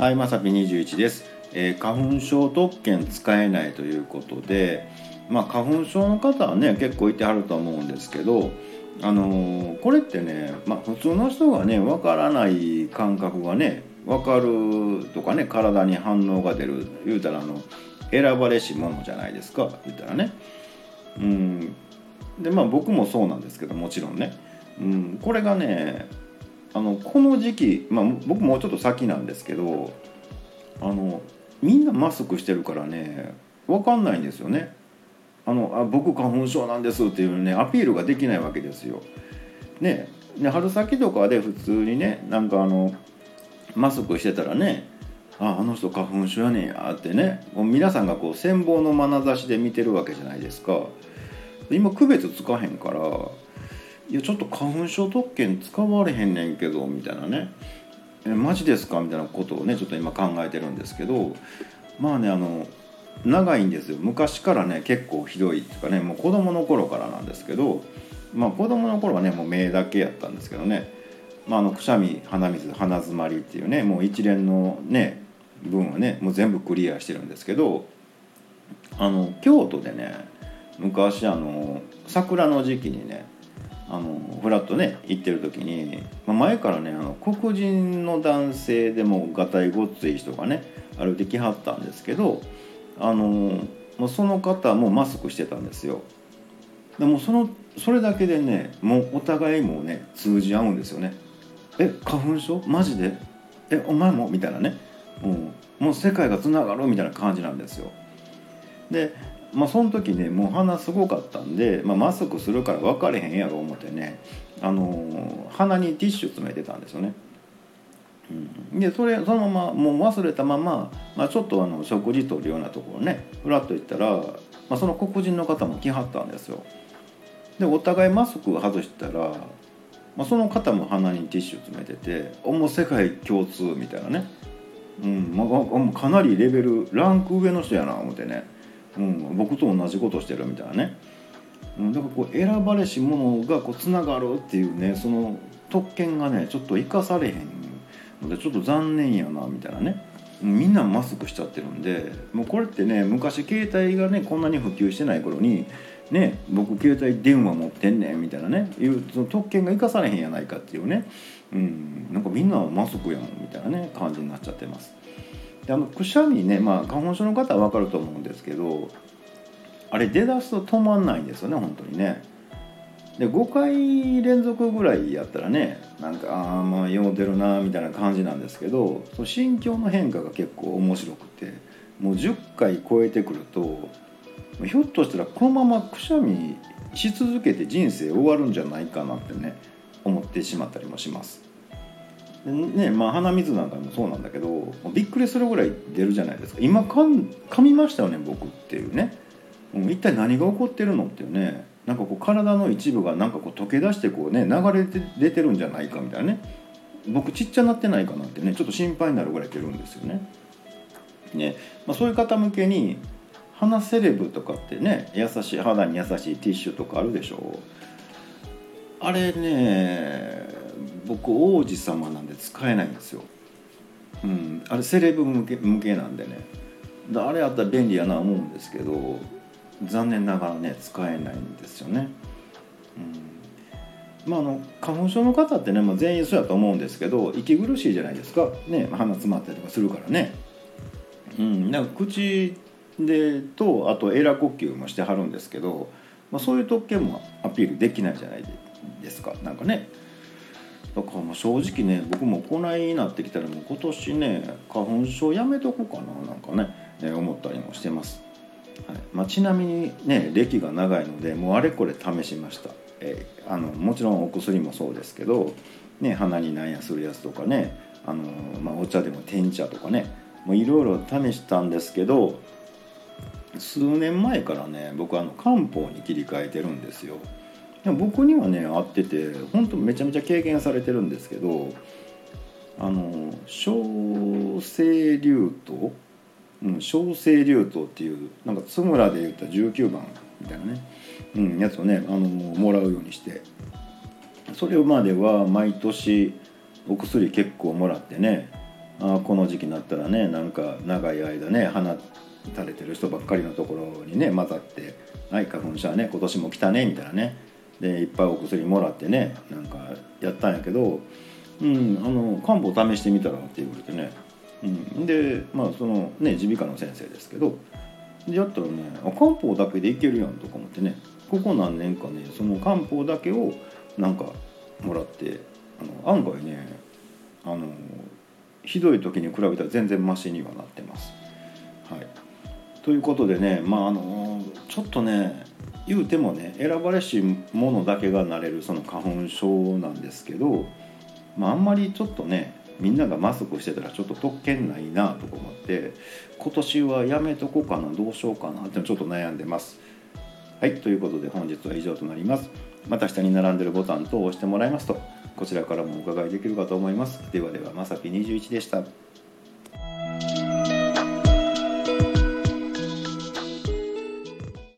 はい、まさぴ21です。花粉症特権使えないということで、花粉症の方はね結構いてはると思うんですけど、これってね、普通の人がね分からない感覚がね分かるとかね、体に反応が出る言うたら選ばれし者じゃないですか、言ったらね。で僕もそうなんですけど、もちろんね、これがねこの時期、僕もうちょっと先なんですけど、みんなマスクしてるからね分かんないんですよね。僕花粉症なんですっていうねアピールができないわけですよ。ね、春先とかで普通にねマスクしてたらね、あの人花粉症やねんやってね、もう皆さんがこう羨望の眼差しで見てるわけじゃないですか。今区別つかへんから、いやちょっと花粉症特権使われへんねんけどみたいなね、マジですかみたいなことをねちょっと今考えてるんですけど、長いんですよ。昔からね結構ひどいっていうかね、もう子供の頃からなんですけど、子供の頃はねもう目だけやったんですけどね、くしゃみ鼻水鼻づまりっていうね、もう一連のね分はねもう全部クリアしてるんですけど、京都でね昔桜の時期にねフラッとね行ってる時に、前からね黒人の男性でもがたいごっつい人がね歩いてきはったんですけど、もうその方もマスクしてたんですよ。でもそれだけでねもうお互いもね通じ合うんですよね。花粉症マジでお前もみたいなね、もう世界がつながるみたいな感じなんですよ。でその時ねもう鼻すごかったんで、マスクするから分かれへんやろ思ってね、鼻にティッシュ詰めてたんですよね。でそのままもう忘れたまま、ちょっと食事とるようなところねふらっと行ったら、その黒人の方も来はったんですよ。でお互いマスクを外したら、その方も鼻にティッシュ詰めてて、もう世界共通みたいなね、かなりレベルランク上の人やな思ってね、僕と同じことしてるみたいなね、だからこう選ばれし者がこうつながるっていうね、その特権がねちょっと生かされへんのでちょっと残念やなみたいなね。みんなマスクしちゃってるんで、もうこれってね昔携帯がねこんなに普及してない頃にね、僕携帯電話持ってんねんみたいなねいうその特権が生かされへんやないかっていうね、なんかみんなマスクやもんみたいなね感じになっちゃってます。でくしゃみね、花粉症の方は分かると思うんですけど、あれ出だすと止まんないんですよね本当にね。で5回連続ぐらいやったらねなんかよう出るなみたいな感じなんですけど、その心境の変化が結構面白くて、もう10回超えてくるとひょっとしたらこのままくしゃみし続けて人生終わるんじゃないかなってね思ってしまったりもします。でね、鼻水なんかもそうなんだけどびっくりするぐらい出るじゃないですか。今噛みましたよね僕っていうね、一体何が起こってるのっていうね、なんかこう体の一部がなんかこう溶け出してこうね流れて出てるんじゃないかみたいなね、僕ちっちゃなってないかなってねちょっと心配になるぐらい出るんですよね。そういう方向けに鼻セレブとかってね、肌に優しいティッシュとかあるでしょ。あれね僕王子様なんで使えないんですよ。あれセレブ向けなんでね、あれあったら便利やな思うんですけど、残念ながらね使えないんですよね。花粉症の方ってね、全員そうやと思うんですけど息苦しいじゃないですかね、鼻詰まったりとかするからね。なんか口であとエラ呼吸もしてはるんですけど、そういう特権もアピールできないじゃないですか、なんかね。だから正直ね僕もこないになってきたらもう今年ね花粉症やめとこうかななんかね、思ったりもしてます。ちなみにね歴が長いのでもうあれこれ試しました。もちろんお薬もそうですけど、鼻になんやするやつとかね、お茶でも天茶とかね、もういろいろ試したんですけど、数年前からね僕漢方に切り替えてるんですよ。でも僕にはね合ってて本当めちゃめちゃ軽減されてるんですけど、小生竜頭、小生竜頭っていうなんか津村で言った19番みたいなね、やつをねもらうようにして、それまでは毎年お薬結構もらってね、 この時期になったらねなんか長い間ね鼻垂れてる人ばっかりのところにね混ざってはい花粉症はね今年も来たねみたいなねでいっぱいお薬もらってねなんかやったんやけど、漢方試してみたらって言われてね、でまあそのね耳鼻科の先生ですけどでやったらね漢方だけでいけるやんとか思ってねここ何年かねその漢方だけをなんかもらって案外ねひどい時に比べたら全然マシにはなってます。はい、ということでねちょっとね言うてもね選ばれし者だけがなれるその花粉症なんですけど、あんまりちょっとねみんながマスクしてたらちょっと特権ないなとか思って今年はやめとこうかなどうしようかなってちょっと悩んでます。はい、ということで本日は以上となります。また下に並んでるボタン等を押してもらいますとこちらからもお伺いできるかと思います。ではではまさぴ21でした。